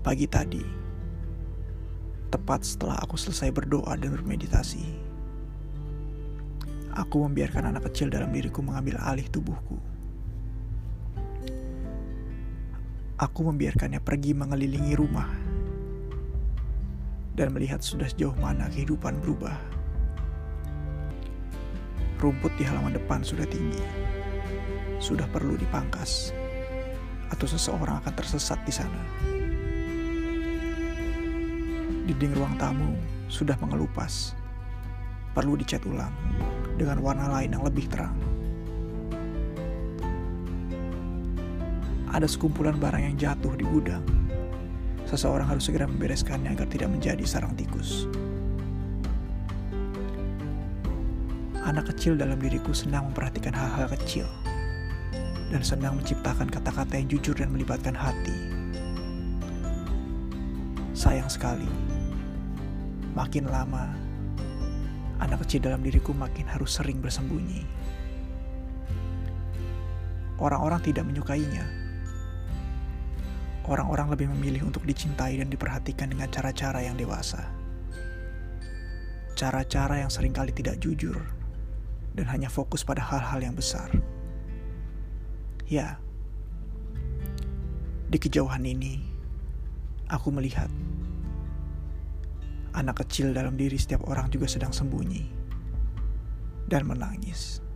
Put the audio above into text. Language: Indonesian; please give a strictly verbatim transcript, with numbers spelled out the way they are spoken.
Pagi tadi, tepat setelah aku selesai berdoa dan bermeditasi, aku membiarkan anak kecil dalam diriku mengambil alih tubuhku. Aku membiarkannya pergi mengelilingi rumah dan melihat sudah sejauh mana kehidupan berubah. Rumput di halaman depan sudah tinggi, sudah perlu dipangkas, atau seseorang akan tersesat di sana. Dinding ruang tamu sudah mengelupas, perlu dicat ulang dengan warna lain yang lebih terang. Ada sekumpulan barang yang jatuh di gudang. Seseorang harus segera membereskannya agar tidak menjadi sarang tikus. Anak kecil dalam diriku senang memperhatikan hal-hal kecil dan senang menciptakan kata-kata yang jujur dan melibatkan hati. Sayang sekali, makin lama anak kecil dalam diriku makin harus sering bersembunyi. Orang-orang tidak menyukainya. Orang-orang lebih memilih untuk dicintai dan diperhatikan dengan cara-cara yang dewasa. Cara-cara yang seringkali tidak jujur dan hanya fokus pada hal-hal yang besar. Ya, di kejauhan ini, aku melihat anak kecil dalam diri setiap orang juga sedang sembunyi dan menangis.